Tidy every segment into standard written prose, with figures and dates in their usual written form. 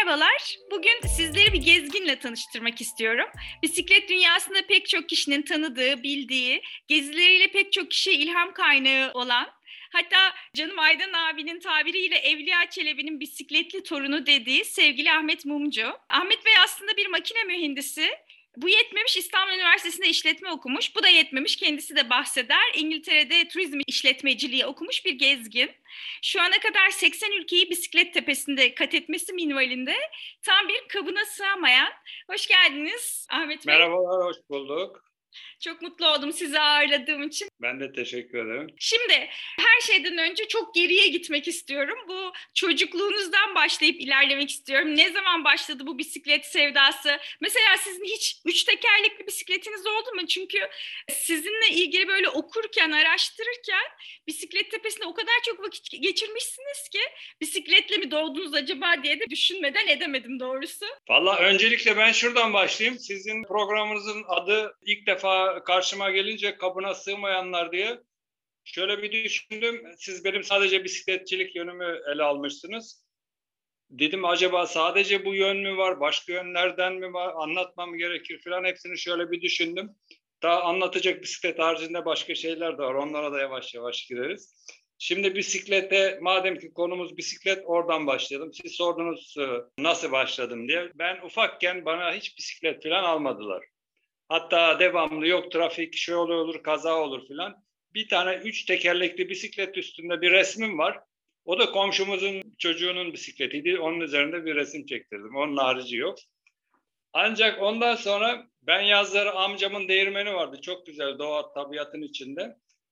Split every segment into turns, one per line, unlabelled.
Merhabalar. Bugün sizleri bir gezginle tanıştırmak istiyorum. Bisiklet dünyasında pek çok kişinin tanıdığı, bildiği, gezileriyle pek çok kişiye ilham kaynağı olan, hatta canım Aydan abinin tabiriyle Evliya Çelebi'nin bisikletli torunu dediği sevgili Ahmet Mumcu. Ahmet Bey aslında bir makine mühendisi. Bu yetmemiş, İstanbul Üniversitesi'nde işletme okumuş. Bu da yetmemiş, kendisi de bahseder. İngiltere'de turizm işletmeciliği okumuş bir gezgin. Şu ana kadar 80 ülkeyi bisiklet tepesinde kat etmesi minvalinde tam bir kabına sığamayan. Hoş geldiniz Ahmet Bey.
Merhabalar, hoş bulduk.
Çok mutlu oldum sizi ağırladığım için.
Ben de teşekkür ederim.
Şimdi her şeyden önce çok geriye gitmek istiyorum. Bu çocukluğunuzdan başlayıp ilerlemek istiyorum. Ne zaman başladı bu bisiklet sevdası? Mesela sizin hiç 3 tekerlekli bisikletiniz oldu mu? Çünkü sizinle ilgili böyle okurken, araştırırken bisiklet tepesinde o kadar çok vakit geçirmişsiniz ki bisikletle mi doğdunuz acaba diye de düşünmeden edemedim doğrusu.
Vallahi öncelikle ben şuradan başlayayım. Sizin programınızın adı ilk defa karşıma gelince kabına sığmayanlar diye şöyle bir düşündüm. Siz benim sadece bisikletçilik yönümü ele almışsınız. Dedim acaba sadece bu yön mü var, başka yönlerden mi var, anlatmam gerekir falan, hepsini şöyle bir düşündüm. Daha anlatacak bisiklet haricinde başka şeyler de var. Onlara da yavaş yavaş gireriz. Şimdi bisiklete, madem ki konumuz bisiklet, oradan başlayalım. Siz sordunuz nasıl başladım diye. Ben ufakken bana hiç bisiklet falan almadılar. Hatta devamlı yok trafik, şey olur, kaza olur falan. Bir tane 3 tekerlekli bisiklet üstünde bir resmim var. O da komşumuzun çocuğunun bisikletiydi. Onun üzerinde bir resim çektirdim. Onun harici yok. Ancak ondan sonra ben yazları amcamın değirmeni vardı. Çok güzel, doğa tabiatın içinde.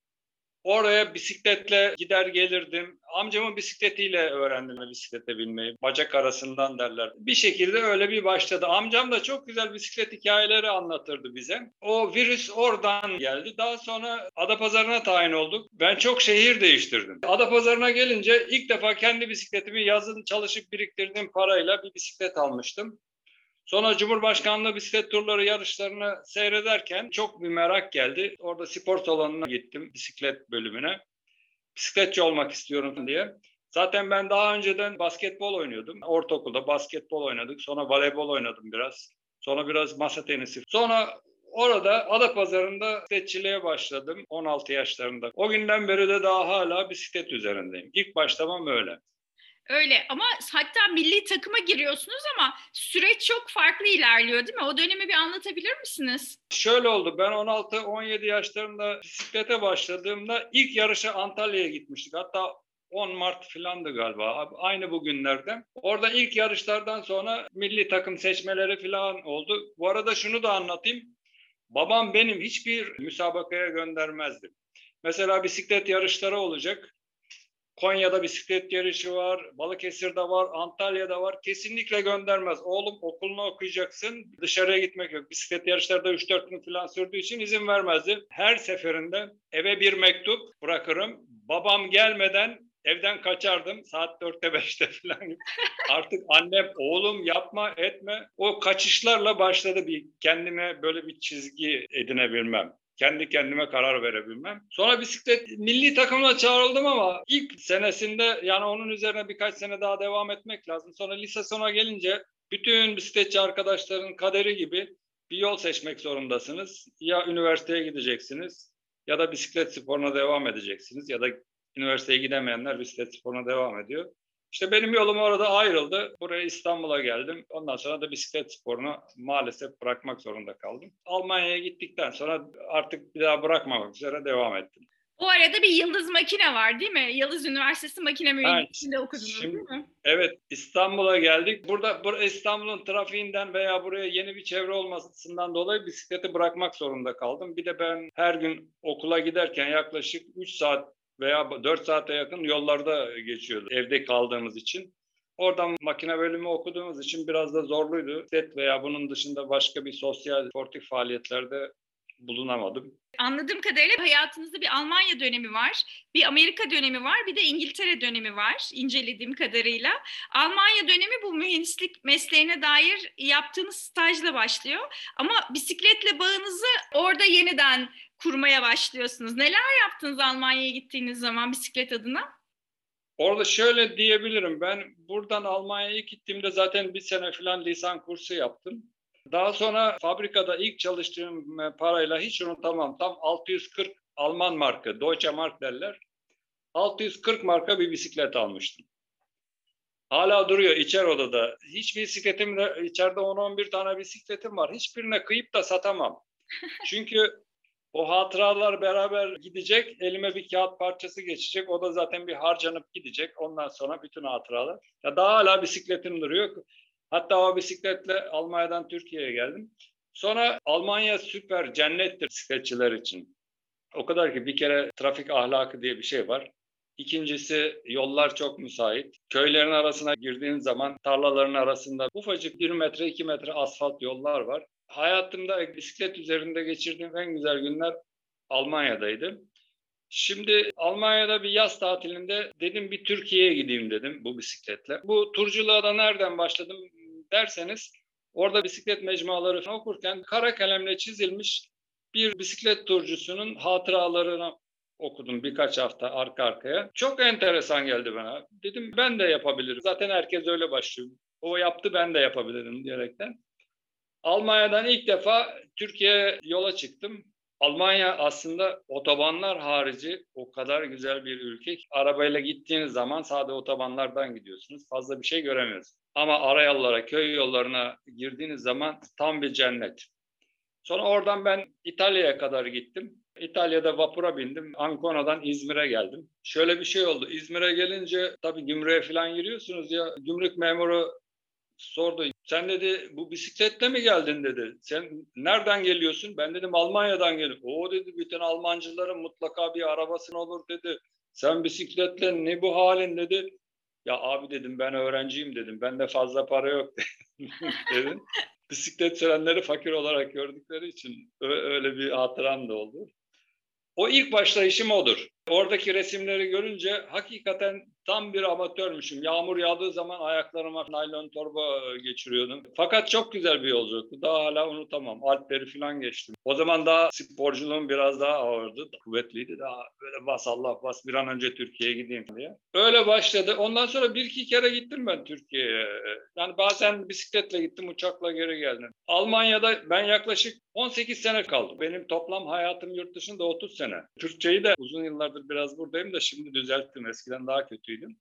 Oraya bisikletle gider gelirdim. Amcamın bisikletiyle öğrendim bisiklete binmeyi. Bacak arasından derler. Bir şekilde öyle bir başladı. Amcam da çok güzel bisiklet hikayeleri anlatırdı bize. O virüs oradan geldi. Daha sonra Adapazarı'na tayin olduk. Ben çok şehir değiştirdim. Adapazarı'na gelince ilk defa kendi bisikletimi yazın çalışıp biriktirdiğim parayla bir bisiklet almıştım. Sonra Cumhurbaşkanlığı bisiklet turları yarışlarını seyrederken çok bir merak geldi. Orada spor salonuna gittim, bisiklet bölümüne. Bisikletçi olmak istiyorum diye. Zaten ben daha önceden basketbol oynuyordum. Ortaokulda basketbol oynadık. Sonra voleybol oynadım biraz. Sonra biraz masa tenisi. Sonra orada Adapazarı'nda bisikletçiliğe başladım 16 yaşlarında. O günden beri de daha hala bisiklet üzerindeyim. İlk başlamam öyle.
Öyle ama hatta milli takıma giriyorsunuz ama süreç çok farklı ilerliyor değil mi? O dönemi bir anlatabilir misiniz?
Şöyle oldu, ben 16-17 yaşlarında bisiklete başladığımda ilk yarışa Antalya'ya gitmiştik. Hatta 10 Mart filandı galiba, aynı bugünlerde. Orada ilk yarışlardan sonra milli takım seçmeleri filan oldu. Bu arada şunu da anlatayım. Babam benim hiçbir müsabakaya göndermezdi. Mesela bisiklet yarışları olacak. Konya'da bisiklet yarışı var, Balıkesir'de var, Antalya'da var. Kesinlikle göndermez. Oğlum okulunu okuyacaksın, dışarıya gitmek yok. Bisiklet yarışları da 3-4 gün falan sürdüğü için izin vermezdi. Her seferinde eve bir mektup bırakırım. Babam gelmeden evden kaçardım. Saat 4'te 5'te falan. Artık annem oğlum yapma etme. O kaçışlarla başladı bir kendime böyle bir çizgi edinebilmem. Kendi kendime karar verebilmem. Sonra bisiklet milli takımına çağrıldım ama ilk senesinde yani onun üzerine birkaç sene daha devam etmek lazım. Sonra lise sona gelince bütün bisikletçi arkadaşların kaderi gibi bir yol seçmek zorundasınız. Ya üniversiteye gideceksiniz ya da bisiklet sporuna devam edeceksiniz ya da üniversiteye gidemeyenler bisiklet sporuna devam ediyor. İşte benim yolum orada ayrıldı. Buraya İstanbul'a geldim. Ondan sonra da bisiklet sporunu maalesef bırakmak zorunda kaldım. Almanya'ya gittikten sonra artık bir daha bırakmamak üzere devam ettim.
O arada bir Yıldız Makine var değil mi? Yıldız Üniversitesi Makine Mühendisliği'nde okudunuz değil mi?
Evet, İstanbul'a geldik. Burada İstanbul'un trafiğinden veya buraya yeni bir çevre olmasından dolayı bisikleti bırakmak zorunda kaldım. Bir de ben her gün okula giderken yaklaşık 3 saat veya 4 saate yakın yollarda geçiyordu evde kaldığımız için. Oradan makine bölümü okuduğumuz için biraz da zorluydu. Bisiklet veya bunun dışında başka bir sosyal sportif faaliyetlerde bulunamadım.
Anladığım kadarıyla hayatınızda bir Almanya dönemi var, bir Amerika dönemi var, bir de İngiltere dönemi var incelediğim kadarıyla. Almanya dönemi bu mühendislik mesleğine dair yaptığınız stajla başlıyor. Ama bisikletle bağınızı orada yeniden kurmaya başlıyorsunuz. Neler yaptınız Almanya'ya gittiğiniz zaman bisiklet adına?
Orada şöyle diyebilirim. Ben buradan Almanya'ya ilk gittiğimde zaten bir sene falan lisan kursu yaptım. Daha sonra fabrikada ilk çalıştığım parayla hiç unutamam. Tam 640 Alman marka, Deutsche Mark derler. 640 marka bir bisiklet almıştım. Hala duruyor içer odada. Hiç bisikletim de içeride 10-11 tane bisikletim var. Hiçbirine kıyıp da satamam. Çünkü o hatıralar beraber gidecek. Elime bir kağıt parçası geçecek. O da zaten bir harcanıp gidecek. Ondan sonra bütün hatıralar. Ya daha hala bisikletim duruyor. Hatta o bisikletle Almanya'dan Türkiye'ye geldim. Sonra Almanya süper cennettir bisikletçiler için. O kadar ki bir kere trafik ahlakı diye bir şey var. İkincisi yollar çok müsait. Köylerin arasına girdiğin zaman tarlaların arasında ufacık 1 metre 2 metre asfalt yollar var. Hayatımda bisiklet üzerinde geçirdiğim en güzel günler Almanya'daydı. Şimdi Almanya'da bir yaz tatilinde dedim bir Türkiye'ye gideyim dedim bu bisikletle. Bu turculuğa da nereden başladım derseniz orada bisiklet mecmuaları falan okurken kara kalemle çizilmiş bir bisiklet turcusunun hatıralarını okudum birkaç hafta arka arkaya. Çok enteresan geldi bana. Dedim ben de yapabilirim. Zaten herkes öyle başlıyor. O yaptı ben de yapabilirim diyerekten. Almanya'dan ilk defa Türkiye'ye yola çıktım. Almanya aslında otobanlar harici o kadar güzel bir ülke ki arabayla gittiğiniz zaman sadece otobanlardan gidiyorsunuz. Fazla bir şey göremiyorsunuz. Ama arayollara, köy yollarına girdiğiniz zaman tam bir cennet. Sonra oradan ben İtalya'ya kadar gittim. İtalya'da vapura bindim. Ancona'dan İzmir'e geldim. Şöyle bir şey oldu. İzmir'e gelince tabii gümrüğe falan giriyorsunuz ya. Gümrük memuru sordu. Sen dedi bu bisikletle mi geldin dedi. Sen nereden geliyorsun? Ben dedim Almanya'dan geliyorum. O dedi bütün Almancıların mutlaka bir arabasın olur dedi. Sen bisikletle ne bu halin dedi. Ya abi dedim ben öğrenciyim dedim. Bende fazla para yok dedim. Bisiklet sürenleri fakir olarak gördükleri için öyle bir hatıram da oldu. O ilk başlayışım odur. Oradaki resimleri görünce hakikaten tam bir amatörmüşüm. Yağmur yağdığı zaman ayaklarıma naylon torba geçiriyordum. Fakat çok güzel bir yolculuktu. Daha hala unutamam. Alpleri falan geçtim. O zaman daha sporculuğum biraz daha ağırdı. Kuvvetliydi. Daha böyle bas Allah bas bir an önce Türkiye'ye gideyim diye. Öyle başladı. Ondan sonra bir iki kere gittim ben Türkiye'ye. Yani bazen bisikletle gittim, uçakla geri geldim. Almanya'da ben yaklaşık 18 sene kaldım. Benim toplam hayatım yurt dışında 30 sene. Türkçeyi de uzun yıllardır biraz buradayım da şimdi düzelttim. Eskiden daha kötüydüm.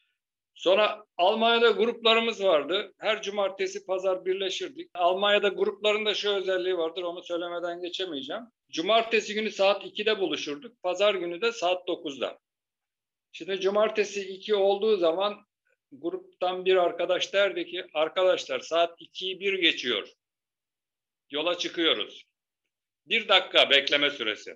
Sonra Almanya'da gruplarımız vardı. Her cumartesi, pazar birleşirdik. Almanya'da grupların da şu özelliği vardır, onu söylemeden geçemeyeceğim. Cumartesi günü saat 2'de buluşurduk, pazar günü de saat 9'da. Şimdi cumartesi 2 olduğu zaman gruptan bir arkadaş derdi ki, arkadaşlar saat 2'yi 1 geçiyor. Yola çıkıyoruz. 1 dakika bekleme süresi.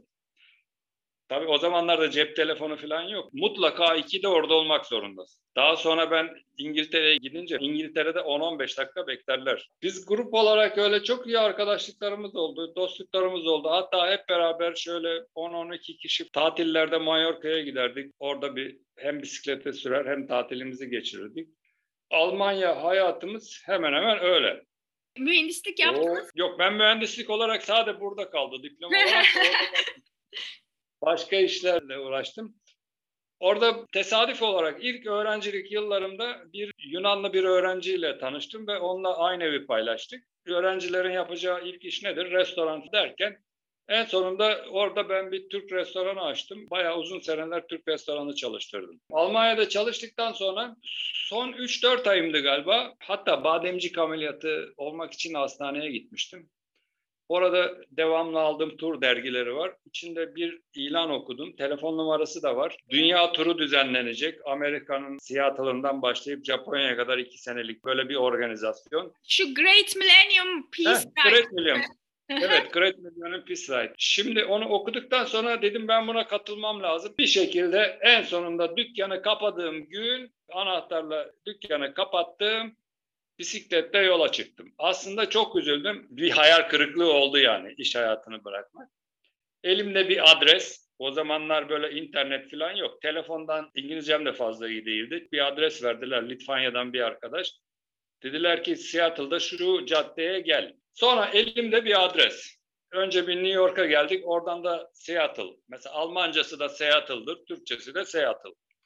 Tabii o zamanlarda cep telefonu falan yok. Mutlaka 2'de orada olmak zorundasın. Daha sonra ben İngiltere'ye gidince İngiltere'de 10-15 dakika beklerler. Biz grup olarak öyle çok iyi arkadaşlıklarımız oldu, dostluklarımız oldu. Hatta hep beraber şöyle 10-12 kişi tatillerde Mallorca'ya giderdik. Orada bir hem bisiklete sürer hem tatilimizi geçirirdik. Almanya hayatımız hemen hemen öyle.
Mühendislik yaptınız.
Yok ben mühendislik olarak sadece burada kaldı. Diploma olarak da orada başka işlerle uğraştım. Orada tesadüf olarak ilk öğrencilik yıllarımda bir Yunanlı bir öğrenciyle tanıştım ve onunla aynı evi paylaştık. Öğrencilerin yapacağı ilk iş nedir? Restoran derken en sonunda orada ben bir Türk restoranı açtım. Bayağı uzun seneler Türk restoranı çalıştırdım. Almanya'da çalıştıktan sonra son 3-4 ayımdı galiba. Hatta bademcik ameliyatı olmak için hastaneye gitmiştim. Orada devamlı aldığım tur dergileri var. İçinde bir ilan okudum. Telefon numarası da var. Dünya turu düzenlenecek. Amerika'nın Seattle'ından başlayıp Japonya'ya kadar 2 senelik böyle bir organizasyon.
Şu Great Millennium Peace
Great Millennium. Evet, Great Millennium Peace Ride. Şimdi onu okuduktan sonra dedim ben buna katılmam lazım. Bir şekilde en sonunda dükkanı kapadığım gün anahtarla dükkanı kapattım. Bisikletle yola çıktım. Aslında çok üzüldüm. Bir hayal kırıklığı oldu yani iş hayatını bırakmak. Elimde bir adres. O zamanlar böyle internet falan yok. Telefondan İngilizcem de fazla iyi değildi. Bir adres verdiler Litvanya'dan bir arkadaş. Dediler ki Seattle'da şu caddeye gel. Sonra elimde bir adres. Önce bir New York'a geldik. Oradan da Seattle. Mesela Almancası da Seattle'dır. Türkçesi de Seattle.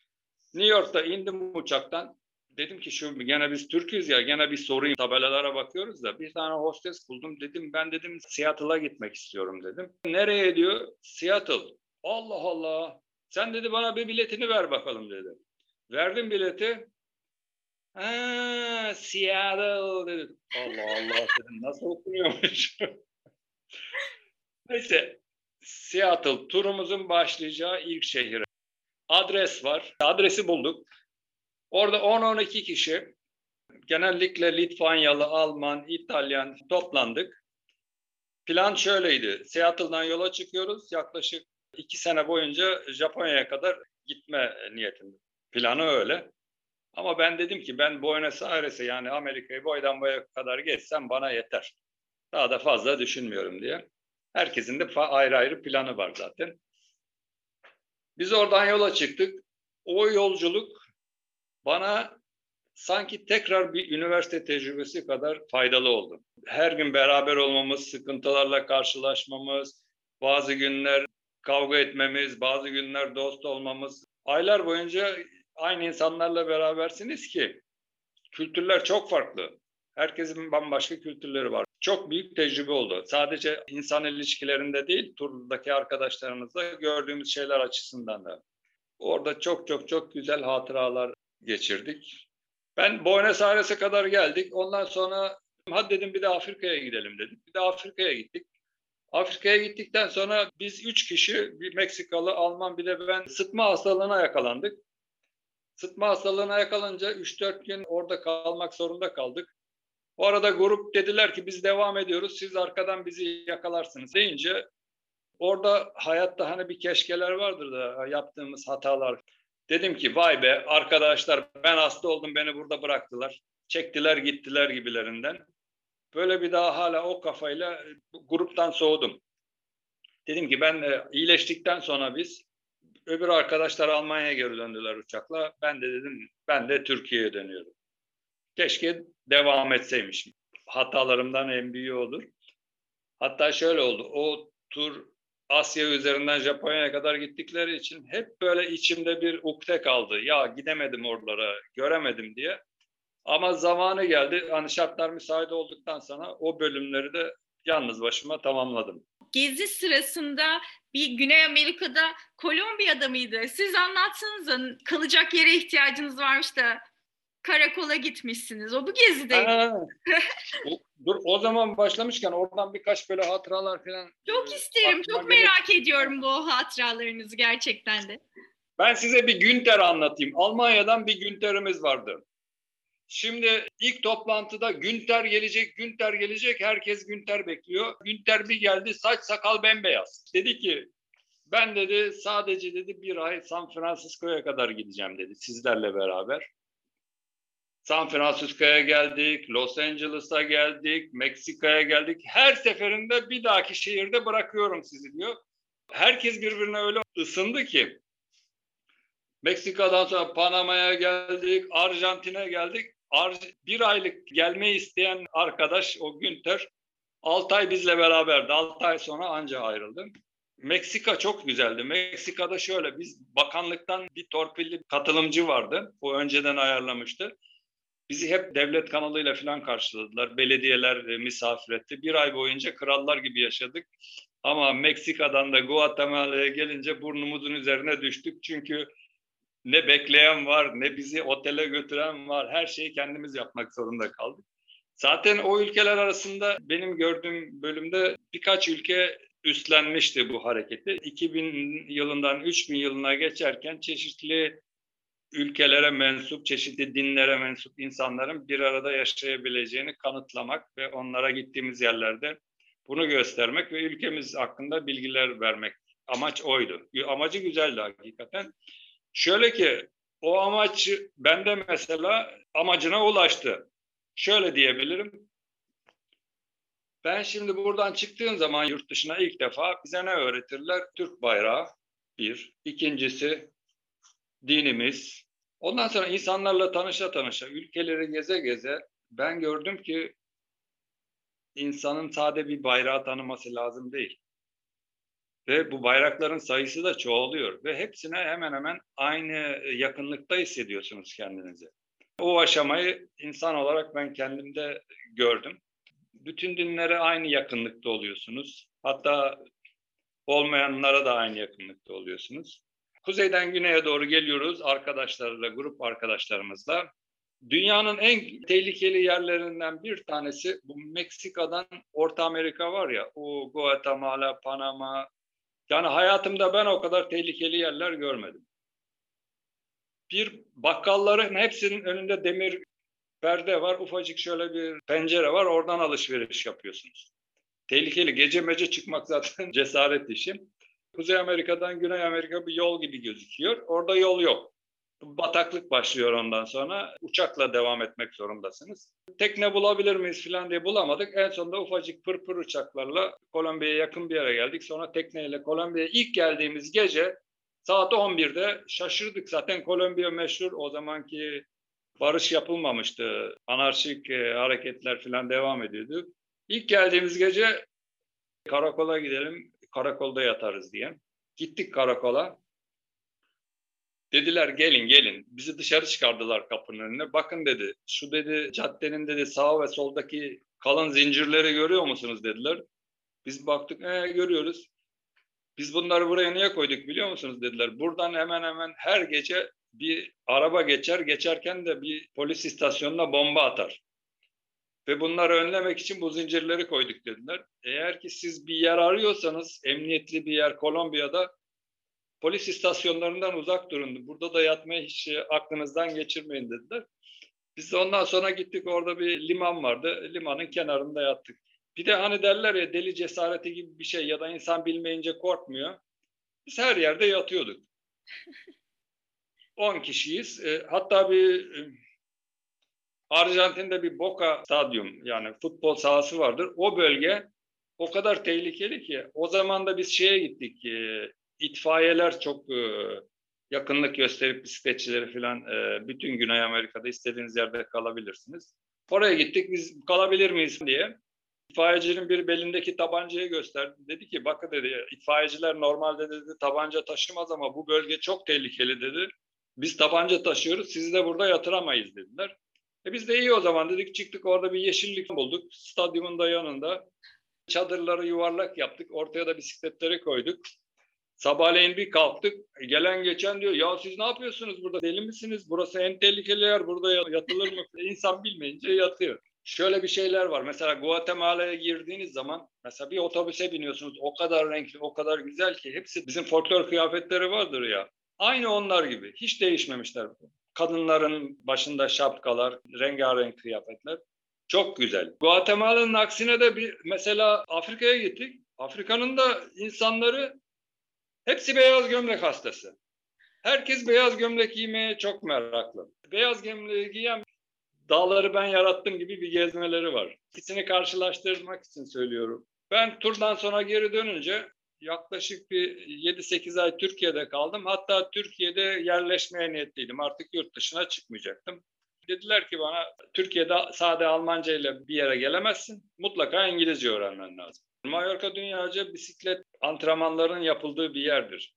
New York'ta indim uçaktan. Dedim ki şu gene biz Türk'üz ya, gene bir sorayım. Tabelalara bakıyoruz da bir tane hostes buldum. Dedim ben dedim Seattle'a gitmek istiyorum dedim. Nereye diyor? Seattle. Allah Allah. Sen dedi bana bir biletini ver bakalım dedi. Verdim bileti. Ha, Seattle dedi. Allah Allah dedim. Nasıl okunuyormuş? Neyse. Seattle turumuzun başlayacağı ilk şehir. Adres var. Adresi bulduk. Orada 10-12 kişi, genellikle Litvanyalı, Alman, İtalyan toplandık. Plan şöyleydi. Seattle'dan yola çıkıyoruz. Yaklaşık 2 sene boyunca Japonya'ya kadar gitme niyetinde. Planı öyle. Ama ben dedim ki ben Buenos Aires'e yani Amerika'yı boydan boya kadar geçsem bana yeter. Daha da fazla düşünmüyorum diye. Herkesin de ayrı ayrı planı var zaten. Biz oradan yola çıktık. O yolculuk bana sanki tekrar bir üniversite tecrübesi kadar faydalı oldu. Her gün beraber olmamız, sıkıntılarla karşılaşmamız, bazı günler kavga etmemiz, bazı günler dost olmamız. Aylar boyunca aynı insanlarla berabersiniz ki kültürler çok farklı. Herkesin bambaşka kültürleri var. Çok büyük tecrübe oldu. Sadece insan ilişkilerinde değil, turdaki arkadaşlarımızla gördüğümüz şeyler açısından da. Orada çok çok çok güzel hatıralar geçirdik. Ben Buenos Aires'e kadar geldik. Ondan sonra hadi dedim bir de Afrika'ya gidelim dedik. Bir de Afrika'ya gittik. Afrika'ya gittikten sonra biz 3 kişi, bir Meksikalı, Alman bir de ben sıtma hastalığına yakalandık. Sıtma hastalığına yakalanınca 3-4 gün orada kalmak zorunda kaldık. O arada grup dediler ki biz devam ediyoruz, siz arkadan bizi yakalarsınız deyince orada hayatta hani bir keşkeler vardır da yaptığımız hatalar. Dedim ki vay be arkadaşlar ben hasta oldum beni burada bıraktılar. Çektiler gittiler gibilerinden. Böyle bir daha hala o kafayla gruptan soğudum. Dedim ki ben iyileştikten sonra biz öbür arkadaşlar Almanya'ya geri döndüler uçakla. Ben de dedim ben de Türkiye'ye dönüyorum. Keşke devam etseymişim. Hatalarımdan en büyüğü olur. Hatta şöyle oldu. O tur Asya üzerinden Japonya'ya kadar gittikleri için hep böyle içimde bir ukde kaldı. Ya gidemedim oralara, göremedim diye. Ama zamanı geldi. Hani şartlar müsait olduktan sonra o bölümleri de yalnız başıma tamamladım.
Gezi sırasında bir Güney Amerika'da Kolombiya'da mıydı? Siz anlatsanıza kalacak yere ihtiyacınız varmış da karakola gitmişsiniz. O bu gezideydi.
Dur o zaman başlamışken oradan birkaç böyle hatıralar falan
Çok isterim, çok merak ediyorum bu hatıralarınızı gerçekten de.
Ben size bir Günter anlatayım. Almanya'dan bir Günter'imiz vardı. Şimdi ilk toplantıda Günter gelecek, Günter gelecek. Herkes Günter bekliyor. Günter bir geldi, saç sakal bembeyaz. Dedi ki, ben dedi sadece dedi bir ay San Francisco'ya kadar gideceğim dedi sizlerle beraber. San Francisco'ya geldik, Los Angeles'a geldik, Meksika'ya geldik. Her seferinde bir dahaki şehirde bırakıyorum sizi diyor. Herkes birbirine öyle ısındı ki. Meksika'dan sonra Panama'ya geldik, Arjantin'e geldik. Bir aylık gelmeyi isteyen arkadaş o Günter 6 ay bizle beraberdi. 6 ay sonra anca ayrıldım. Meksika çok güzeldi. Meksika'da şöyle biz bakanlıktan bir torpilli katılımcı vardı. O önceden ayarlamıştı. Bizi hep devlet kanalıyla falan karşıladılar. Belediyeler misafir etti. Bir ay boyunca krallar gibi yaşadık. Ama Meksika'dan da Guatemala'ya gelince burnumuzun üzerine düştük. Çünkü ne bekleyen var, ne bizi otele götüren var. Her şeyi kendimiz yapmak zorunda kaldık. Zaten o ülkeler arasında benim gördüğüm bölümde birkaç ülke üstlenmişti bu hareketi. 2000 yılından 3000 yılına geçerken çeşitli ülkelere mensup, çeşitli dinlere mensup insanların bir arada yaşayabileceğini kanıtlamak ve onlara gittiğimiz yerlerde bunu göstermek ve ülkemiz hakkında bilgiler vermek. Amaç oydu. Amacı güzeldi hakikaten. Şöyle ki o amaç bende mesela amacına ulaştı. Şöyle diyebilirim. Ben şimdi buradan çıktığım zaman yurt dışına ilk defa bize ne öğretirler? Türk bayrağı bir. İkincisi dinimiz. Ondan sonra insanlarla tanışa tanışa, ülkeleri geze geze ben gördüm ki insanın sade bir bayrağı tanıması lazım değil. Ve bu bayrakların sayısı da çoğalıyor ve hepsine hemen hemen aynı yakınlıkta hissediyorsunuz kendinizi. O aşamayı insan olarak ben kendimde gördüm. Bütün dinlere aynı yakınlıkta oluyorsunuz. Hatta olmayanlara da aynı yakınlıkta oluyorsunuz. Kuzeyden güneye doğru geliyoruz arkadaşlarla, grup arkadaşlarımızla. Dünyanın en tehlikeli yerlerinden bir tanesi bu Meksika'dan Orta Amerika var ya, o Guatemala, Panama. Yani hayatımda ben o kadar tehlikeli yerler görmedim. Bir bakkalların hepsinin önünde demir perde var, ufacık şöyle bir pencere var, oradan alışveriş yapıyorsunuz. Tehlikeli, gece mece çıkmak zaten cesaret işi. Kuzey Amerika'dan Güney Amerika bir yol gibi gözüküyor. Orada yol yok. Bataklık başlıyor ondan sonra. Uçakla devam etmek zorundasınız. Tekne bulabilir miyiz falan diye bulamadık. En sonunda ufacık pırpır uçaklarla Kolombiya'ya yakın bir yere geldik. Sonra tekneyle Kolombiya'ya ilk geldiğimiz gece saat 11'de şaşırdık. Zaten Kolombiya meşhur. O zamanki barış yapılmamıştı. Anarşik hareketler falan devam ediyordu. İlk geldiğimiz gece karakola gidelim, karakolda yatarız diye. Gittik karakola. Dediler gelin. Bizi dışarı çıkardılar kapının önüne. Bakın dedi, şu dedi caddenin dedi sağ ve soldaki kalın zincirleri görüyor musunuz dediler. Biz baktık görüyoruz. Biz bunları buraya niye koyduk biliyor musunuz dediler. Buradan hemen hemen her gece bir araba geçerken de bir polis istasyonuna bomba atar. Ve bunları önlemek için bu zincirleri koyduk dediler. Eğer ki siz bir yer arıyorsanız, emniyetli bir yer Kolombiya'da, polis istasyonlarından uzak durun. Burada da yatmayı hiç aklınızdan geçirmeyin dediler. Biz de ondan sonra gittik, orada bir liman vardı. Limanın kenarında yattık. Bir de hani derler ya deli cesareti gibi bir şey ya da insan bilmeyince korkmuyor. Biz her yerde yatıyorduk. 10 kişiyiz. Hatta bir Arjantin'de bir Boca Stadyum yani futbol sahası vardır. O bölge o kadar tehlikeli ki o zaman da biz şeye gittik. İtfaiyeler çok yakınlık gösterip bisikletçileri falan bütün Güney Amerika'da istediğiniz yerde kalabilirsiniz. Oraya gittik biz kalabilir miyiz diye. İtfaiyecinin bir belindeki tabancayı gösterdi. Dedi ki bakın dedi itfaiyeciler normalde dedi tabanca taşımaz ama bu bölge çok tehlikeli dedi. Biz tabanca taşıyoruz sizi de burada yatıramayız dediler. Biz de iyi o zaman dedik çıktık orada bir yeşillik bulduk. Stadyumun da yanında çadırları yuvarlak yaptık. Ortaya da bisikletleri koyduk. Sabahleyin bir kalktık. Gelen geçen diyor ya siz ne yapıyorsunuz burada deli misiniz? Burası en tehlikeli yer burada yatılır mı? İnsan bilmeyince yatıyor. Şöyle bir şeyler var. Mesela Guatemala'ya girdiğiniz zaman mesela bir otobüse biniyorsunuz. O kadar renkli, o kadar güzel ki hepsi bizim folklor kıyafetleri vardır ya. Aynı onlar gibi. Hiç değişmemişler. Kadınların başında şapkalar, rengarenk kıyafetler. Çok güzel. Guatemala'nın aksine de bir mesela Afrika'ya gittik. Afrika'nın da insanları hepsi beyaz gömlek hastası. Herkes beyaz gömlek giymeye çok meraklı. Beyaz gömleği giyen dağları ben yarattım gibi bir gezmeleri var. İkisini karşılaştırmak için söylüyorum. Ben turdan sonra geri dönünce yaklaşık bir 7-8 ay Türkiye'de kaldım. Hatta Türkiye'de yerleşmeye niyetliydim. Artık yurt dışına çıkmayacaktım. Dediler ki bana Türkiye'de sade Almanca ile bir yere gelemezsin. Mutlaka İngilizce öğrenmen lazım. Mallorca dünyaca bisiklet antrenmanlarının yapıldığı bir yerdir.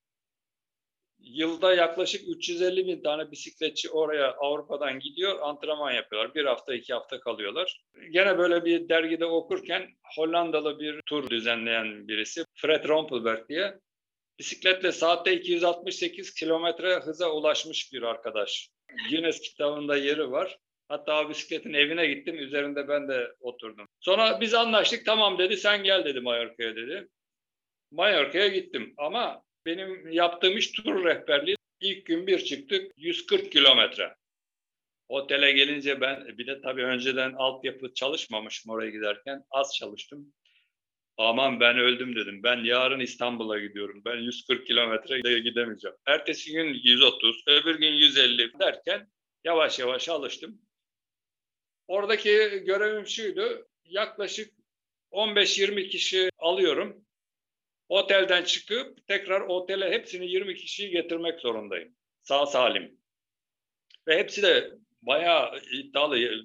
Yılda yaklaşık 350 bin tane bisikletçi oraya Avrupa'dan gidiyor, antrenman yapıyorlar. 1 hafta, 2 hafta kalıyorlar. Gene böyle bir dergide okurken Hollandalı bir tur düzenleyen birisi, Fred Rompelberg diye, bisikletle saatte 268 kilometre hıza ulaşmış bir arkadaş. Guinness kitabında yeri var. Hatta o bisikletin evine gittim, üzerinde ben de oturdum. Sonra biz anlaştık, tamam dedi, sen gel dedi Mallorca'ya dedi. Mallorca'ya gittim ama benim yaptığım iş tur rehberliği. İlk gün bir çıktık 140 kilometre. Otele gelince ben bir de tabii önceden altyapı çalışmamışım oraya giderken. Az çalıştım. Aman ben öldüm dedim. Ben yarın İstanbul'a gidiyorum. Ben 140 kilometre gidemeyeceğim. Ertesi gün 130, öbür gün 150 derken yavaş yavaş alıştım. Oradaki görevim şuydu. Yaklaşık 15-20 kişi alıyorum. Otelden çıkıp tekrar otele hepsini 20 kişiyi getirmek zorundayım. Sağ salim. Ve hepsi de bayağı iddialı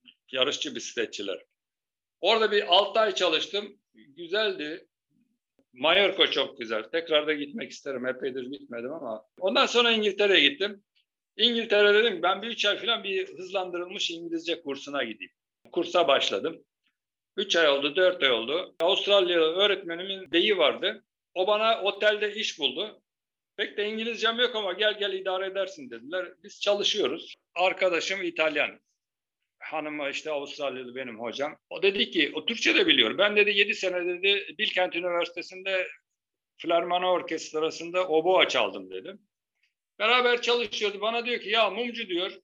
yarışçı bisikletçiler. Orada bir 6 ay çalıştım. Güzeldi. Mallorca çok güzel. Tekrar da gitmek isterim. Epeydir gitmedim ama. Ondan sonra İngiltere'ye gittim. İngiltere dedim ben bir 3 ay falan bir hızlandırılmış İngilizce kursuna gideyim. Kursa başladım. 3 ay oldu, 4 ay oldu. Avustralyalı öğretmenimin beyi vardı. O bana otelde iş buldu. Pek de İngilizcem yok ama gel gel idare edersin dediler. Biz çalışıyoruz. Arkadaşım İtalyan. Hanıma işte Avustralyalı benim hocam. O dedi ki o Türkçe de biliyor. Ben dedi 7 sene dedi Bilkent Üniversitesi'nde Filarmoni Orkestrası'nda oboa çaldım dedim. Beraber çalışıyordu. Bana diyor ki ya mumcu diyor.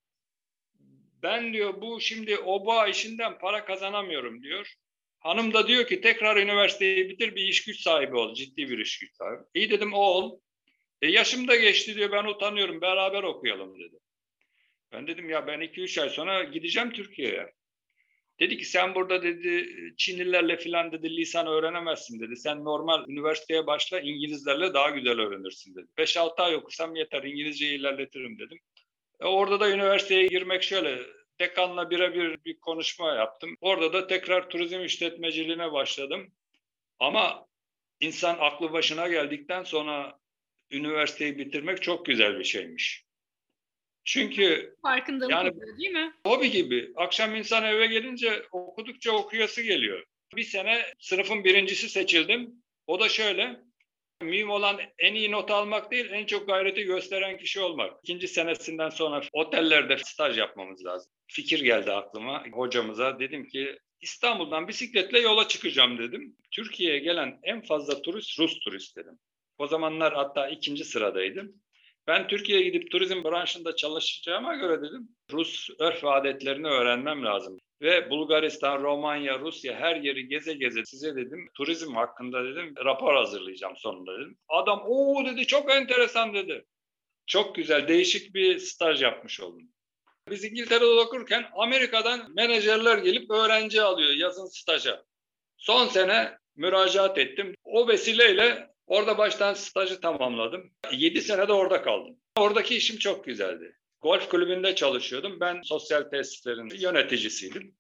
Ben diyor bu şimdi oboa işinden para kazanamıyorum diyor. Hanım da diyor ki tekrar üniversiteyi bitir bir iş güç sahibi ol. Ciddi bir iş güç sahibi. İyi dedim o ol. Yaşım da geçti diyor ben utanıyorum beraber okuyalım dedi. Ben dedim ya ben 2-3 ay sonra gideceğim Türkiye'ye. Dedi ki sen burada dedi Çinlilerle filan dedi lisan öğrenemezsin dedi. Sen normal üniversiteye başla İngilizlerle daha güzel öğrenirsin dedi. 5-6 ay okusam yeter İngilizceyi ilerletirim dedim. Orada da üniversiteye girmek şöyle. Dekanla birebir bir konuşma yaptım. Orada da tekrar turizm işletmeciliğine başladım. Ama insan aklı başına geldikten sonra üniversiteyi bitirmek çok güzel bir şeymiş. Çünkü
Farkındalık
yani
oluyor değil mi?
hobi gibi. Akşam insan eve gelince okudukça okuyası geliyor. Bir sene sınıfın birincisi seçildim. O da şöyle. Mühim olan en iyi not almak değil, en çok gayreti gösteren kişi olmak. İkinci senesinden sonra otellerde staj yapmamız lazım. Fikir geldi aklıma hocamıza. Dedim ki İstanbul'dan bisikletle yola çıkacağım dedim. Türkiye'ye gelen en fazla turist Rus turist dedim. O zamanlar hatta ikinci sıradaydım. Ben Türkiye'ye gidip turizm branşında çalışacağıma göre dedim Rus örf ve adetlerini öğrenmem lazım. Ve Bulgaristan, Romanya, Rusya her yeri geze geze size dedim turizm hakkında dedim rapor hazırlayacağım sonunda dedim. Adam o dedi çok enteresan dedi. Çok güzel değişik bir staj yapmış oldum. Biz İngiltere'de okurken Amerika'dan menajerler gelip öğrenci alıyor yazın staja. Son sene müracaat ettim. O vesileyle orada baştan stajı tamamladım. 7 sene de orada kaldım. Oradaki işim çok güzeldi. Golf kulübünde çalışıyordum. Ben sosyal tesislerin yöneticisiydim.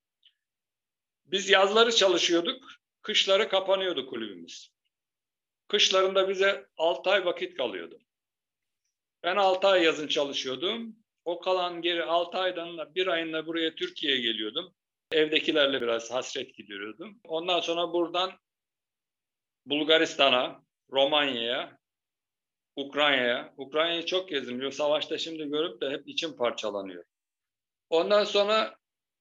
Biz yazları çalışıyorduk, kışları kapanıyordu kulübümüz. Kışlarında bize 6 ay vakit kalıyordu. Ben 6 ay yazın çalışıyordum. O kalan geri 6 aydan da bir ayında buraya Türkiye'ye geliyordum. Evdekilerle biraz hasret gideriyordum. Ondan sonra buradan Bulgaristan'a, Romanya'ya, Ukrayna'ya. Ukrayna'yı çok gezdim. Savaşta şimdi görüp de hep içim parçalanıyor. Ondan sonra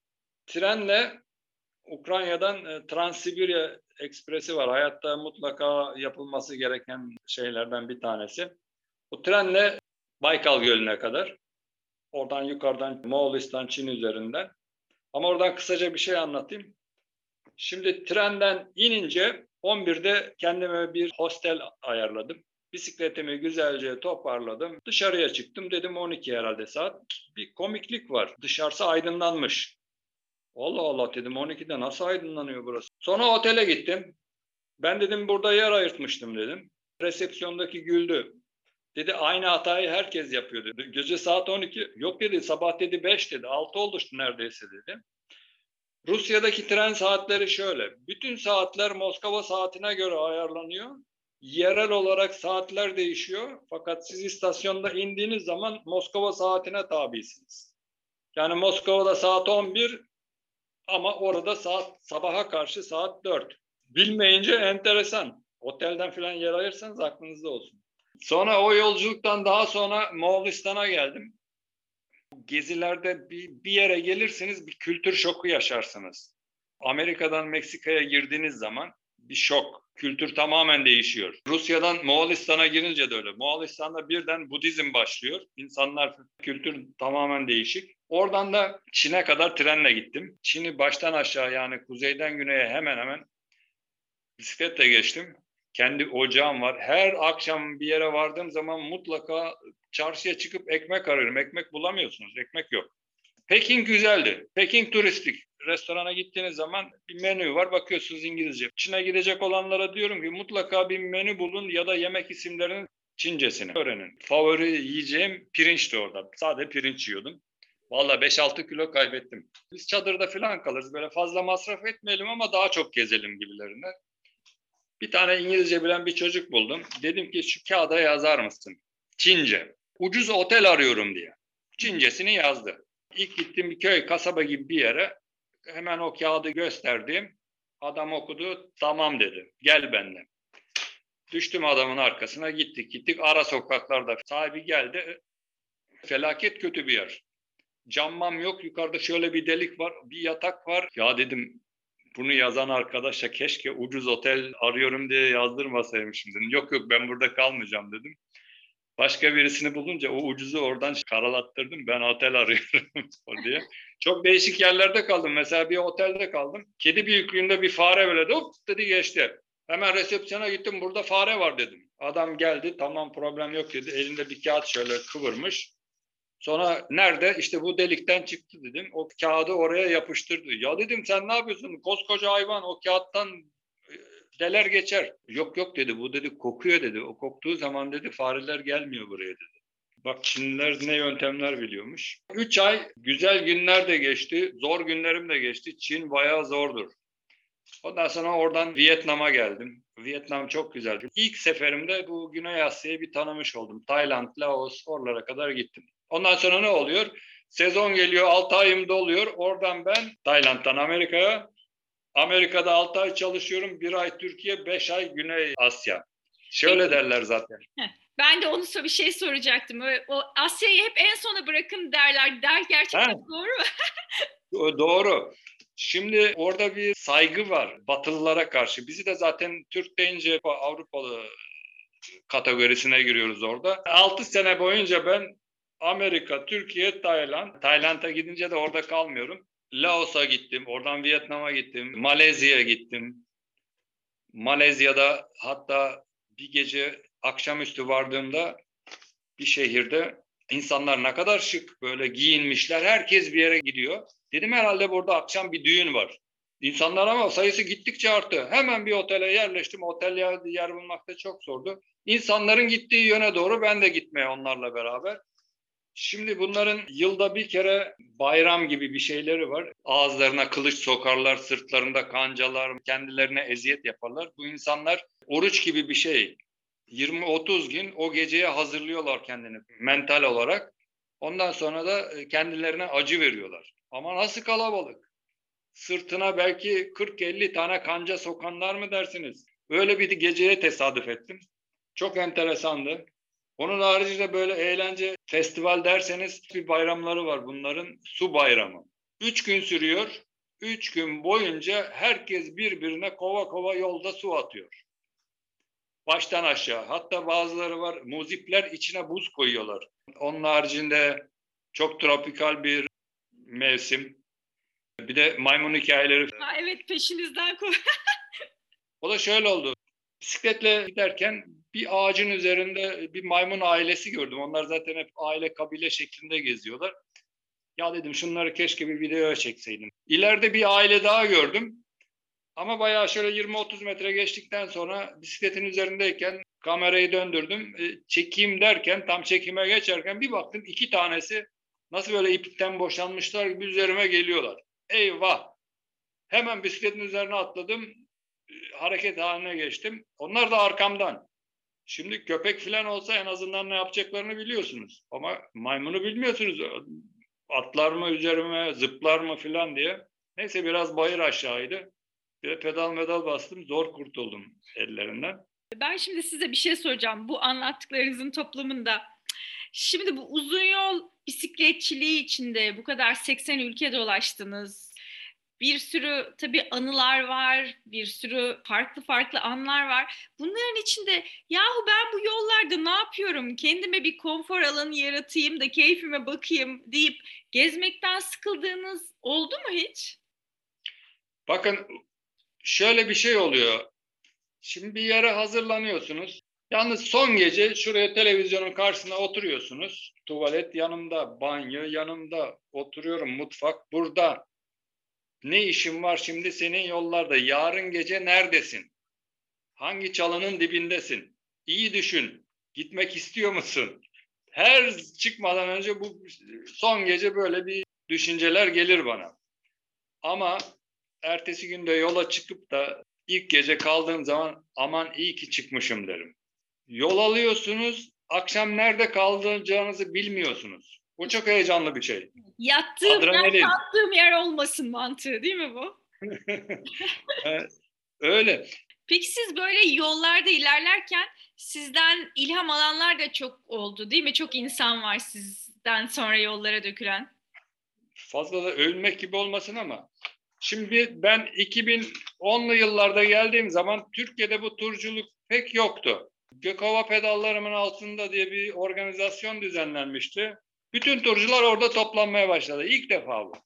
trenle Ukrayna'dan Transsibirya Ekspresi var. Hayatta mutlaka yapılması gereken şeylerden bir tanesi. Bu trenle Baykal Gölü'ne kadar. Oradan yukarıdan Moğolistan, Çin üzerinden. Ama oradan kısaca bir şey anlatayım. Şimdi trenden inince 11'de kendime bir hostel ayarladım. Bisikletimi güzelce toparladım. Dışarıya çıktım. Dedim 12 herhalde saat. Bir komiklik var. Dışarısı aydınlanmış. Allah Allah dedim 12'de nasıl aydınlanıyor burası? Sonra otele gittim. Ben dedim burada yer ayırtmıştım dedim. Resepsiyondaki güldü. Dedi aynı hatayı herkes yapıyor dedi. Gece saat 12. Yok dedi sabah dedi 5 dedi. 6 oldu neredeyse dedi. Rusya'daki tren saatleri şöyle. Bütün saatler Moskova saatine göre ayarlanıyor. Yerel olarak saatler değişiyor. Fakat siz istasyonda indiğiniz zaman Moskova saatine tabisiniz. Yani Moskova'da saat 11 ama orada sabaha karşı saat 4. Bilmeyince enteresan. Otelden falan yer ayırsanız aklınızda olsun. Sonra o yolculuktan daha sonra Moğolistan'a geldim. Gezilerde bir yere gelirsiniz bir kültür şoku yaşarsınız. Amerika'dan Meksika'ya girdiğiniz zaman bir şok. Kültür tamamen değişiyor. Rusya'dan Moğolistan'a girince de öyle. Moğolistan'da birden Budizm başlıyor. İnsanlar kültür tamamen değişik. Oradan da Çin'e kadar trenle gittim. Çin'i baştan aşağı yani kuzeyden güneye hemen hemen bisikletle geçtim. Kendi ocağım var. Her akşam bir yere vardığım zaman mutlaka çarşıya çıkıp ekmek arıyorum. Ekmek bulamıyorsunuz. Ekmek yok. Pekin güzeldi. Pekin turistik. Restorana gittiğiniz zaman bir menü var. Bakıyorsunuz İngilizce. Çin'e gidecek olanlara diyorum ki mutlaka bir menü bulun ya da yemek isimlerinin Çincesini öğrenin. Favori yiyeceğim pirinçti orada. Sadece pirinç yiyordum. Vallahi 5-6 kilo kaybettim. Biz çadırda falan kalırız. Böyle fazla masraf etmeyelim ama daha çok gezelim gibilerinden. Bir tane İngilizce bilen bir çocuk buldum. Dedim ki şu kağıda yazar mısın? Çince. Ucuz otel arıyorum diye. Çincesini yazdı. İlk gittim bir köy, kasaba gibi bir yere. Hemen o kağıdı gösterdim. Adam okudu, tamam dedi. Gel benimle. Düştüm adamın arkasına, gittik. Ara sokaklarda sahibi geldi. Felaket kötü bir yer. Cammam yok, yukarıda şöyle bir delik var, bir yatak var. Ya dedim, bunu yazan arkadaşa keşke ucuz otel arıyorum diye yazdırmasaymışım dedim. Yok ben burada kalmayacağım dedim. Başka birisini bulunca o ucuzu oradan karalattırdım. Ben otel arıyorum diye. Çok değişik yerlerde kaldım. Mesela bir otelde kaldım. Kedi büyüklüğünde bir fare böyle hop dedi geçti. Hemen resepsiyona gittim, burada fare var dedim. Adam geldi, tamam problem yok dedi. Elinde bir kağıt şöyle kıvırmış. Sonra nerede? İşte bu delikten çıktı dedim. O kağıdı oraya yapıştırdı. Ya dedim sen ne yapıyorsun? Koskoca hayvan o kağıttan deler geçer. Yok dedi, bu dedi kokuyor dedi. O koktuğu zaman dedi fareler gelmiyor buraya dedi. Bak Çinliler ne yöntemler biliyormuş. 3 ay güzel günler de geçti. Zor günlerim de geçti. Çin bayağı zordur. Ondan sonra oradan Vietnam'a geldim. Vietnam çok güzeldi. İlk seferimde bu Güney Asya'yı bir tanımış oldum. Tayland, Laos, oralara kadar gittim. Ondan sonra ne oluyor? Sezon geliyor, 6 ayım doluyor. Oradan ben Tayland'dan Amerika'ya, Amerika'da 6 ay çalışıyorum. 1 ay Türkiye, 5 ay Güney Asya. Şöyle
Peki.
derler zaten.
Ben de onu bir şey soracaktım. O Asya'yı hep en sona bırakın derler. Gerçekten doğru mu?
Doğru. Şimdi orada bir saygı var Batılılara karşı. Bizi de zaten Türk deyince Avrupalı kategorisine giriyoruz orada. 6 sene boyunca ben Amerika, Türkiye, Tayland. Tayland'a gidince de orada kalmıyorum. Laos'a gittim, oradan Vietnam'a gittim, Malezya'ya gittim. Malezya'da hatta bir gece akşamüstü vardığımda bir şehirde insanlar ne kadar şık böyle giyinmişler. Herkes bir yere gidiyor. Dedim herhalde burada akşam bir düğün var. İnsanlar ama sayısı gittikçe arttı. Hemen bir otele yerleştim. Otel yer bulmakta çok zordu. İnsanların gittiği yöne doğru ben de gitmeye onlarla beraber. Şimdi bunların yılda bir kere bayram gibi bir şeyleri var. Ağızlarına kılıç sokarlar, sırtlarında kancalar, kendilerine eziyet yaparlar. Bu insanlar oruç gibi bir şey. 20-30 gün o geceye hazırlıyorlar kendini mental olarak. Ondan sonra da kendilerine acı veriyorlar. Ama nasıl kalabalık? Sırtına belki 40-50 tane kanca sokanlar mı dersiniz? Öyle bir geceye tesadüf ettim. Çok enteresandı. Onun haricinde böyle eğlence, festival derseniz bir bayramları var bunların. Su bayramı. 3 gün sürüyor. 3 gün boyunca herkes birbirine kova kova yolda su atıyor. Baştan aşağı. Hatta bazıları var, muzipler içine buz koyuyorlar. Onun haricinde çok tropikal bir mevsim. Bir de maymun hikayeleri.
Evet, peşinizden
O da şöyle oldu. Bisikletle giderken bir ağacın üzerinde bir maymun ailesi gördüm. Onlar zaten hep aile kabile şeklinde geziyorlar. Ya dedim şunları keşke bir videoya çekseydim. İleride bir aile daha gördüm. Ama bayağı şöyle 20-30 metre geçtikten sonra bisikletin üzerindeyken kamerayı döndürdüm. Çekeyim derken tam çekime geçerken bir baktım 2 tanesi nasıl böyle ipten boşanmışlar gibi üzerime geliyorlar. Eyvah! Hemen bisikletin üzerine atladım. Hareket haline geçtim. Onlar da arkamdan. Şimdi köpek falan olsa en azından ne yapacaklarını biliyorsunuz. Ama maymunu bilmiyorsunuz. Atlar mı üzerime, zıplar mı falan diye. Neyse biraz bayır aşağıydı. Bir de pedal bastım. Zor kurtuldum ellerinden.
Ben şimdi size bir şey soracağım bu anlattıklarınızın toplamında. Şimdi bu uzun yol bisikletçiliği içinde bu kadar 80 ülke dolaştınız. Bir sürü tabii anılar var, bir sürü farklı anlar var. Bunların içinde yahu ben bu yollarda ne yapıyorum? Kendime bir konfor alanı yaratayım da keyfime bakayım deyip gezmekten sıkıldığınız oldu mu hiç?
Bakın şöyle bir şey oluyor. Şimdi bir yere hazırlanıyorsunuz. Yalnız son gece şuraya televizyonun karşısına oturuyorsunuz. Tuvalet yanımda, banyo yanımda, oturuyorum mutfak burada. Ne işin var şimdi senin yollarda? Yarın gece neredesin? Hangi çalının dibindesin? İyi düşün. Gitmek istiyor musun? Her çıkmadan önce bu son gece böyle bir düşünceler gelir bana. Ama ertesi günde yola çıkıp da İlk gece kaldığım zaman aman iyi ki çıkmışım derim. Yol alıyorsunuz, akşam nerede kalacağınızı bilmiyorsunuz. Bu çok heyecanlı bir şey.
Yattığım yer
Adrenalin.
kalktığım yer olmasın mantığı değil mi bu?
Öyle.
Peki siz böyle yollarda ilerlerken sizden ilham alanlar da çok oldu değil mi? Çok insan var sizden sonra yollara dökülen.
Fazla da övünmek gibi olmasın ama şimdi ben 2010'lu yıllarda geldiğim zaman Türkiye'de bu turculuk pek yoktu. Gökova Pedallarımın Altında diye bir organizasyon düzenlenmişti. Bütün turcular orada toplanmaya başladı. İlk defa bu.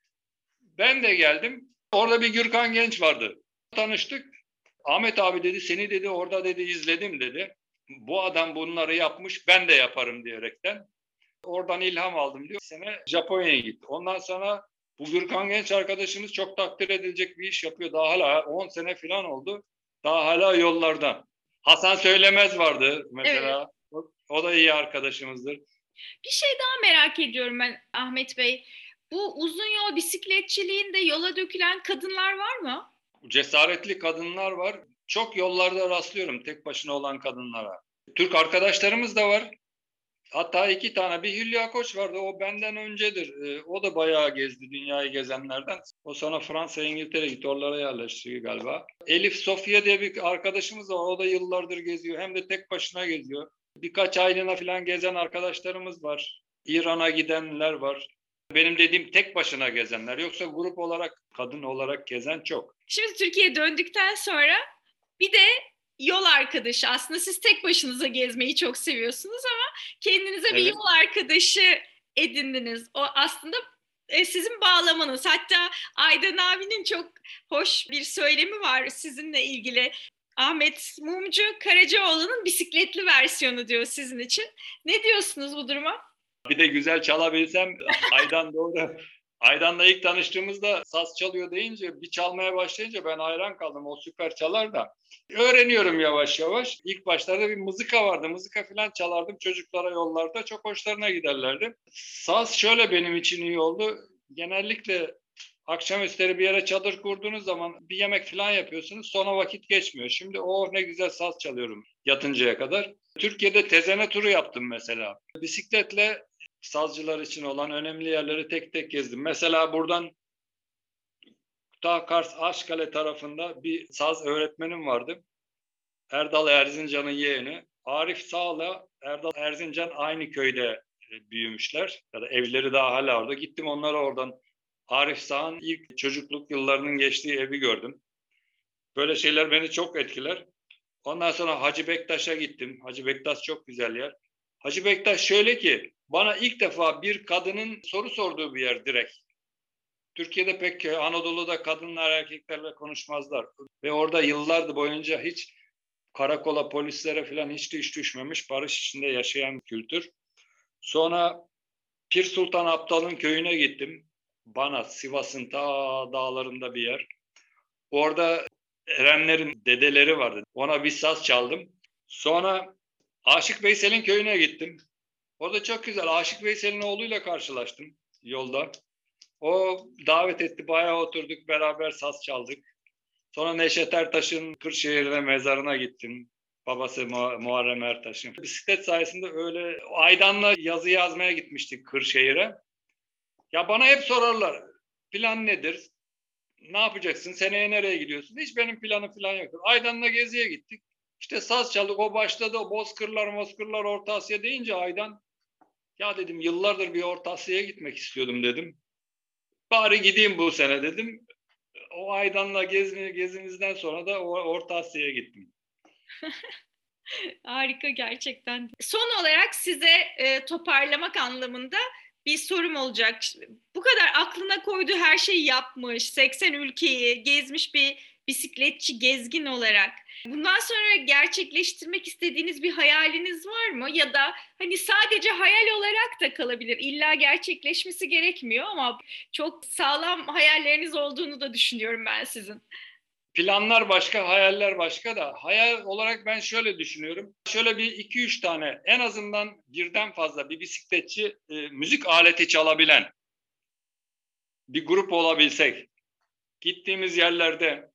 Ben de geldim. Orada bir Gürkan Genç vardı. Tanıştık. Ahmet abi dedi, seni dedi orada dedi izledim dedi. Bu adam bunları yapmış, ben de yaparım diyerekten. Oradan ilham aldım diyor. Sene Japonya'ya gitti. Ondan sonra bu Gürkan Genç arkadaşımız çok takdir edilecek bir iş yapıyor. Daha hala 10 sene falan oldu. Daha hala yollarda. Hasan Söylemez vardı mesela.
Evet.
O da iyi arkadaşımızdır.
Bir şey daha merak ediyorum ben Ahmet Bey. Bu uzun yol bisikletçiliğinde yola dökülen kadınlar var mı?
Cesaretli kadınlar var. Çok yollarda rastlıyorum tek başına olan kadınlara. Türk arkadaşlarımız da var. Hatta 2 tane. Bir Hülya Koç vardı. O benden öncedir. O da bayağı gezdi dünyayı gezenlerden. O sonra Fransa, İngiltere gitti. Oralara yerleşti galiba. Elif Sofya diye bir arkadaşımız var. O da yıllardır geziyor. Hem de tek başına geziyor. Birkaç aylığına falan gezen arkadaşlarımız var. İran'a gidenler var. Benim dediğim tek başına gezenler. Yoksa grup olarak, kadın olarak gezen çok.
Şimdi Türkiye'ye döndükten sonra bir de yol arkadaşı. Aslında siz tek başınıza gezmeyi çok seviyorsunuz ama kendinize bir
Evet.
yol arkadaşı edindiniz. O aslında sizin bağlamanız. Hatta Aydan abinin çok hoş bir söylemi var sizinle ilgili. Ahmet Mumcu Karacaoğlu'nun bisikletli versiyonu diyor sizin için. Ne diyorsunuz bu duruma?
Bir de güzel çalabilsem Aydan doğru. Aydan'la ilk tanıştığımızda saz çalıyor deyince bir çalmaya başlayınca ben hayran kaldım. O süper çalar da. Öğreniyorum yavaş yavaş. İlk başlarda bir mızıka vardı. Mızıka falan çalardım çocuklara yollarda. Çok hoşlarına giderlerdi. Saz şöyle benim için iyi oldu. Genellikle akşamüstleri bir yere çadır kurduğunuz zaman bir yemek falan yapıyorsunuz. Sonra vakit geçmiyor. Şimdi ne güzel saz çalıyorum yatıncaya kadar. Türkiye'de tezene turu yaptım mesela. Bisikletle sazcılar için olan önemli yerleri tek tek gezdim. Mesela buradan ta Kars Aşkale tarafında bir saz öğretmenim vardı. Erdal Erzincan'ın yeğeni. Arif Sağ'la Erdal Erzincan aynı köyde büyümüşler. Ya da evleri daha hala orada. Gittim onlara oradan Arif Sağ'ın ilk çocukluk yıllarının geçtiği evi gördüm. Böyle şeyler beni çok etkiler. Ondan sonra Hacı Bektaş'a gittim. Hacı Bektaş çok güzel yer. Hacı Bektaş şöyle ki bana ilk defa bir kadının soru sorduğu bir yer direkt. Türkiye'de pek Anadolu'da kadınlar erkeklerle konuşmazlar. Ve orada yıllar boyunca hiç karakola, polislere falan hiç düşmemiş, barış içinde yaşayan kültür. Sonra Pir Sultan Abdal'ın köyüne gittim. Banat, Sivas'ın ta dağlarında bir yer. Orada Erenlerin dedeleri vardı. Ona bir saz çaldım. Sonra Aşık Veysel'in köyüne gittim. Orada çok güzel. Aşık Veysel'in oğluyla karşılaştım yolda. O davet etti. Bayağı oturduk. Beraber saz çaldık. Sonra Neşet Ertaş'ın Kırşehir'de mezarına gittim. Babası Muharrem Ertaş'ın. Bisiklet sayesinde öyle Aydan'la yazı yazmaya gitmiştik Kırşehir'e. Ya bana hep sorarlar. Plan nedir? Ne yapacaksın? Seneye nereye gidiyorsun? Hiç benim planım falan yoktur. Aydan'la geziye gittik. İşte saz çaldık. O başladı. O Bozkırlar, Orta Asya deyince Aydan ya dedim yıllardır bir Orta Asya'ya gitmek istiyordum dedim. Bari gideyim bu sene dedim. O Aydan'la gezimizden sonra da Orta Asya'ya gittim.
Harika gerçekten. Son olarak size toparlamak anlamında bir sorum olacak. Bu kadar aklına koyduğu her şeyi yapmış, 80 ülkeyi gezmiş bir bisikletçi, gezgin olarak. Bundan sonra gerçekleştirmek istediğiniz bir hayaliniz var mı? Ya da hani sadece hayal olarak da kalabilir. İlla gerçekleşmesi gerekmiyor ama çok sağlam hayalleriniz olduğunu da düşünüyorum ben sizin.
Planlar başka, hayaller başka da hayal olarak ben şöyle düşünüyorum. Şöyle bir 2-3 tane en azından birden fazla bir bisikletçi müzik aleti çalabilen bir grup olabilsek. Gittiğimiz yerlerde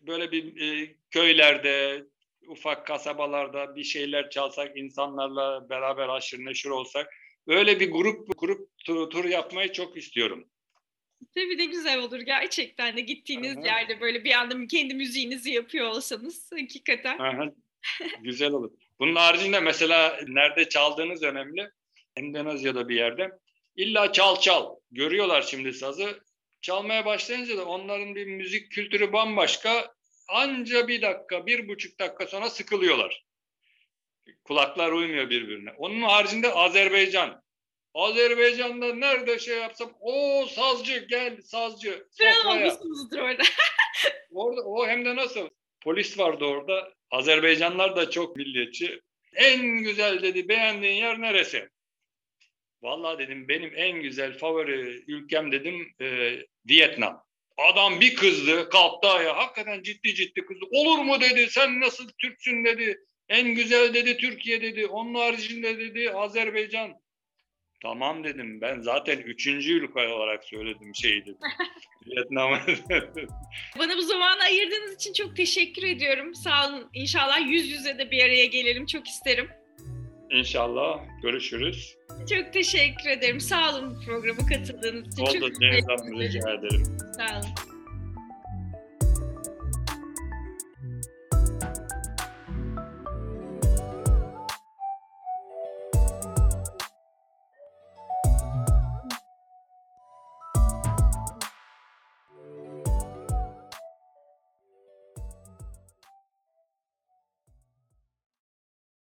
böyle bir köylerde, ufak kasabalarda bir şeyler çalsak, insanlarla beraber haşır neşir olsak, öyle bir grup tur yapmayı çok istiyorum.
Tabii, ne güzel olur gerçekten de gittiğiniz
Aha,
yerde böyle bir anda kendi müziğinizi yapıyor olsanız hakikaten.
aha, güzel olur. Bunun haricinde mesela nerede çaldığınız önemli. Endonezya'da bir yerde. İlla çal. Görüyorlar şimdi sazı. Çalmaya başlayınca da onların bir müzik kültürü bambaşka. Anca 1 dakika, 1,5 dakika sonra sıkılıyorlar. Kulaklar uymuyor birbirine. Onun haricinde Azerbaycan. Azerbaycan'da nerede şey yapsam, o sazcı gel sazcı
Kral
sofraya.
olmuşsunuzdur orada.
Orada o hem de nasıl? Polis vardı orada. Azerbaycanlılar da çok milliyetçi. En güzel dedi, beğendiğin yer neresi? Vallahi dedim benim en güzel favori ülkem dedim Vietnam. Adam bir kızdı, kalktı ayağa. Hakikaten ciddi kızdı. Olur mu dedi, sen nasıl Türksün dedi. En güzel dedi Türkiye dedi. Onun haricinde dedi Azerbaycan. Tamam dedim, ben zaten 3. ülke olarak söyledim şeyi dedim. Vietnam'ı.
Bana bu zamanı ayırdığınız için çok teşekkür ediyorum. Sağ olun. İnşallah yüz yüze de bir araya gelelim. Çok isterim.
İnşallah görüşürüz.
Çok teşekkür ederim. Sağ olun bu programa katıldığınız için.
Oldu,
Çok
Deniz Hanım, rica ederim.
sağ olun.